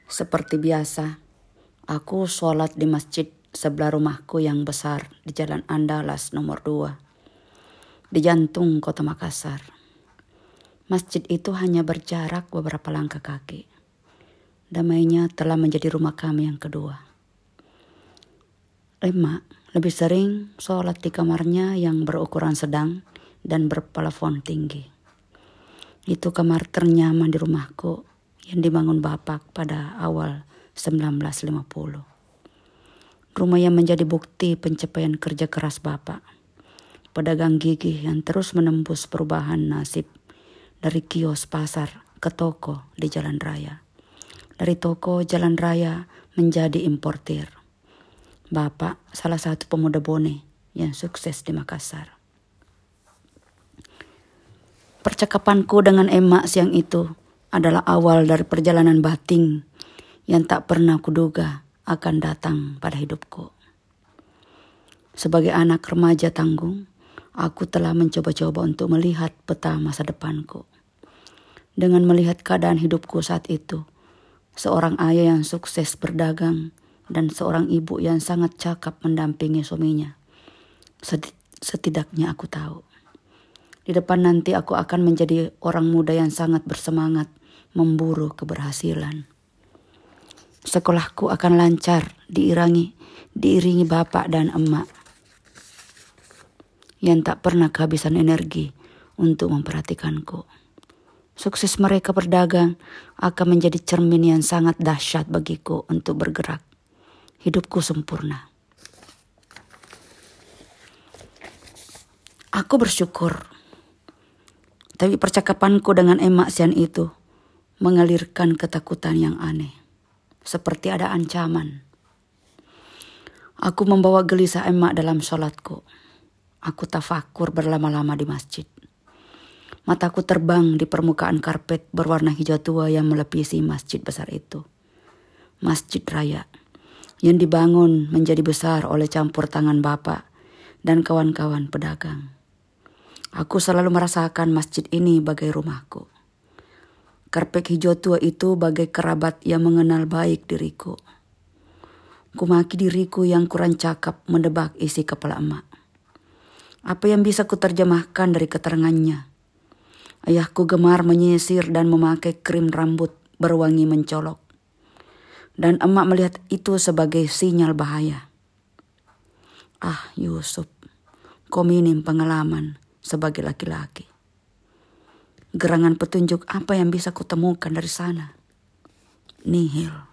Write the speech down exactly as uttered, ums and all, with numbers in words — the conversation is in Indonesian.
Seperti biasa, aku sholat di masjid sebelah rumahku yang besar di Jalan Andalas nomor dua, di jantung kota Makassar. Masjid itu hanya berjarak beberapa langkah kaki. Damainya telah menjadi rumah kami yang kedua. Emak lebih sering sholat di kamarnya yang berukuran sedang dan berplafon tinggi. Itu kamar ternyaman di rumahku yang dibangun bapak pada awal seribu sembilan ratus lima puluh. Rumah yang menjadi bukti pencapaian kerja keras bapak. Pedagang gigih yang terus menembus perubahan nasib dari kios pasar ke toko di jalan raya. Dari toko jalan raya menjadi importir. Bapak salah satu pemuda bone yang sukses di Makassar. Percakapanku dengan emak siang itu adalah awal dari perjalanan batin yang tak pernah kuduga akan datang pada hidupku. Sebagai anak remaja tanggung, aku telah mencoba-coba untuk melihat peta masa depanku. Dengan melihat keadaan hidupku saat itu, seorang ayah yang sukses berdagang dan seorang ibu yang sangat cakap mendampingi suaminya. Setidaknya aku tahu, di depan nanti aku akan menjadi orang muda yang sangat bersemangat memburu keberhasilan. Sekolahku akan lancar diiringi, diiringi bapak dan emak yang tak pernah kehabisan energi untuk memperhatikanku. Sukses mereka berdagang akan menjadi cermin yang sangat dahsyat bagiku untuk bergerak. Hidupku sempurna. Aku bersyukur. Tapi percakapanku dengan emak siang itu mengalirkan ketakutan yang aneh. Seperti ada ancaman. Aku membawa gelisah emak dalam sholatku. Aku tafakur berlama-lama di masjid. Mataku terbang di permukaan karpet berwarna hijau tua yang melepisi masjid besar itu. Masjid raya yang dibangun menjadi besar oleh campur tangan bapak dan kawan-kawan pedagang. Aku selalu merasakan masjid ini bagai rumahku. Karpet hijau tua itu bagai kerabat yang mengenal baik diriku. Kumaki diriku yang kurang cakap mendebak isi kepala emak. Apa yang bisa kuterjemahkan dari keterangannya? Ayahku gemar menyisir dan memakai krim rambut berwangi mencolok. Dan emak melihat itu sebagai sinyal bahaya. Ah Yusuf, kau minim pengalaman sebagai laki-laki. Gerangan petunjuk apa yang bisa kutemukan dari sana? Nihil.